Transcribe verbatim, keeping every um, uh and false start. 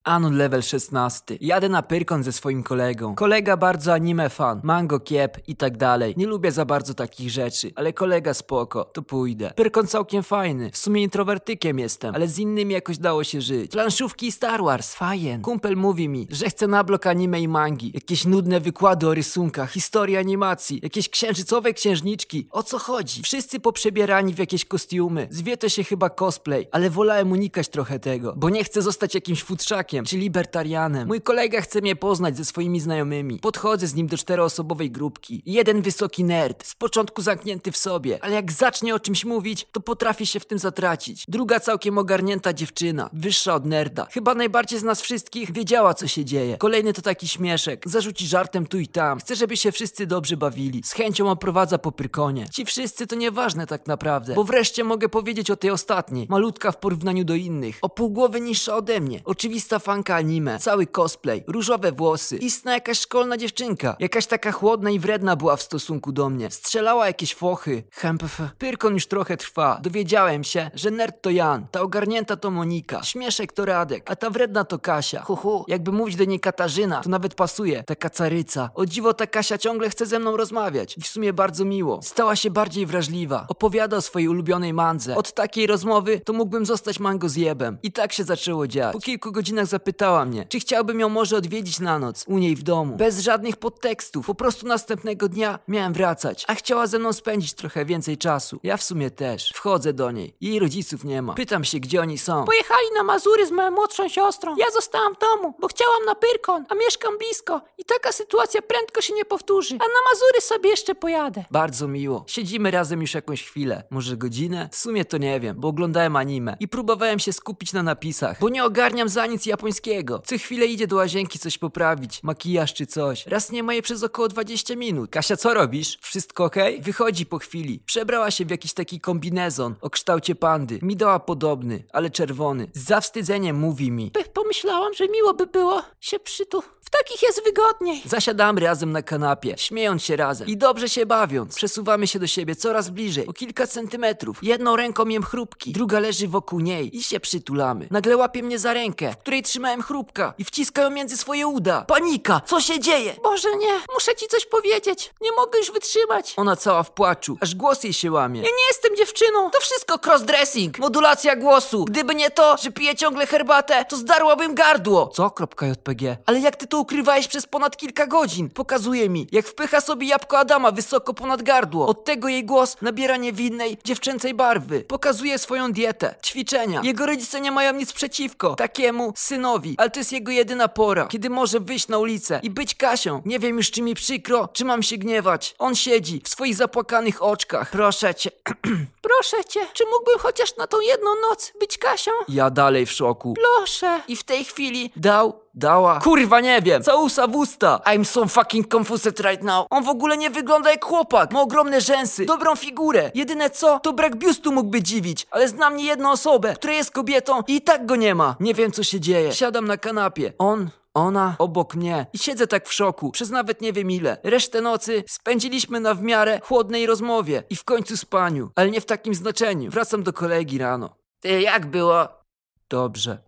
Anon level szesnasty. Jadę na Pyrkon ze swoim kolegą. Kolega bardzo anime fan, mango kiep i tak dalej. Nie lubię za bardzo takich rzeczy, ale kolega spoko, to pójdę. Pyrkon całkiem fajny, w sumie introwertykiem jestem, ale z innymi jakoś dało się żyć. Planszówki i Star Wars, fajen. Kumpel mówi mi, że chce na blok anime i mangi. Jakieś nudne wykłady o rysunkach, historii animacji, jakieś księżycowe księżniczki. O co chodzi? Wszyscy poprzebierani w jakieś kostiumy. Zwie to się chyba cosplay, ale wolałem unikać trochę tego, bo nie chcę zostać jakimś futrzakiem czy libertarianem. Mój kolega chce mnie poznać ze swoimi znajomymi. Podchodzę z nim do czteroosobowej grupki. Jeden wysoki nerd, z początku zamknięty w sobie, ale jak zacznie o czymś mówić, to potrafi się w tym zatracić. Druga całkiem ogarnięta dziewczyna, wyższa od nerda. Chyba najbardziej z nas wszystkich wiedziała, co się dzieje. Kolejny to taki śmieszek, zarzuci żartem tu i tam. Chce, żeby się wszyscy dobrze bawili. Z chęcią oprowadza po Pyrkonie. Ci wszyscy to nieważne tak naprawdę, bo wreszcie mogę powiedzieć o tej ostatniej. Malutka w porównaniu do innych. O pół głowy niższa ode mnie. Oczywista fanka anime, cały cosplay, różowe włosy. Istna jakaś szkolna dziewczynka. Jakaś taka chłodna i wredna była w stosunku do mnie. Strzelała jakieś fochy. Hempf. Pyrkon już trochę trwa. Dowiedziałem się, że nerd to Jan, ta ogarnięta to Monika, śmieszek to Radek, a ta wredna to Kasia. Hu hu. Jakby mówić do niej Katarzyna, to nawet pasuje. Taka caryca. O dziwo ta Kasia ciągle chce ze mną rozmawiać. I w sumie bardzo miło. Stała się bardziej wrażliwa. Opowiada o swojej ulubionej mandze. Od takiej rozmowy to mógłbym zostać mango zjebem. I tak się zaczęło dziać. Po kilku godzinach zapytała mnie, czy chciałbym ją może odwiedzić na noc u niej w domu. Bez żadnych podtekstów. Po prostu następnego dnia miałem wracać. A chciała ze mną spędzić trochę więcej czasu. Ja w sumie też. Wchodzę do niej. Jej rodziców nie ma. Pytam się, gdzie oni są. Pojechali na Mazury z moją młodszą siostrą. Ja zostałam w domu, bo chciałam na Pyrkon, a mieszkam blisko. I taka sytuacja prędko się nie powtórzy. A na Mazury sobie jeszcze pojadę. Bardzo miło. Siedzimy razem już jakąś chwilę. Może godzinę? W sumie to nie wiem, bo oglądałem anime. I próbowałem się skupić na napisach, bo nie ogarniam za nic japońskiego. Co chwilę idzie do łazienki coś poprawić. Makijaż czy coś. Raz nie ma jej przez około dwadzieścia minut. Kasia, co robisz? Wszystko okej? Okay? Wychodzi po chwili. Przebrała się w jakiś taki kombinezon o kształcie pandy. Mi dała podobny, ale czerwony. Z zawstydzeniem mówi mi. P- pomyślałam, że miło by było się przytu... W takich jest wygodniej. Zasiadamy razem na kanapie, śmiejąc się razem i dobrze się bawiąc. Przesuwamy się do siebie coraz bliżej, o kilka centymetrów. Jedną ręką jem chrupki, druga leży wokół niej i się przytulamy. Nagle łapie mnie za rękę, w której trzymałem chrupka i wciska ją między swoje uda. Panika! Co się dzieje? Boże, nie. Muszę ci coś powiedzieć. Nie mogę już wytrzymać. Ona cała w płaczu, aż głos jej się łamie. Ja nie jestem dziewczyną. To wszystko crossdressing, modulacja głosu. Gdyby nie to, że piję ciągle herbatę, to zdarłabym gardło. Co? .jpg. Ale jak ty to ukrywałeś przez ponad kilka godzin? Pokazuje mi, jak wpycha sobie jabłko Adama wysoko ponad gardło. Od tego jej głos nabiera niewinnej, dziewczęcej barwy. Pokazuje swoją dietę, ćwiczenia. Jego rodzice nie mają nic przeciwko takiemu synowi, ale to jest jego jedyna pora, kiedy może wyjść na ulicę i być Kasią. Nie wiem już, czy mi przykro, czy mam się gniewać. On siedzi w swoich zapłakanych oczkach. Proszę cię. Proszę cię, czy mógłbym chociaż na tą jedną noc być Kasią? Ja dalej w szoku. Proszę. I w tej chwili dał Dała. Kurwa, nie wiem. Całusa w usta. I'm so fucking confused right now. On w ogóle nie wygląda jak chłopak. Ma ogromne rzęsy, dobrą figurę. Jedyne co, to brak biustu mógłby dziwić. Ale znam niejedną osobę, która jest kobietą i, i tak go nie ma. Nie wiem, co się dzieje. Siadam na kanapie. On... Ona obok mnie i siedzę tak w szoku, przez nawet nie wiem ile. Resztę nocy spędziliśmy na w miarę chłodnej rozmowie i w końcu spaniu, ale nie w takim znaczeniu. Wracam do kolegi rano. Ty, jak było? Dobrze.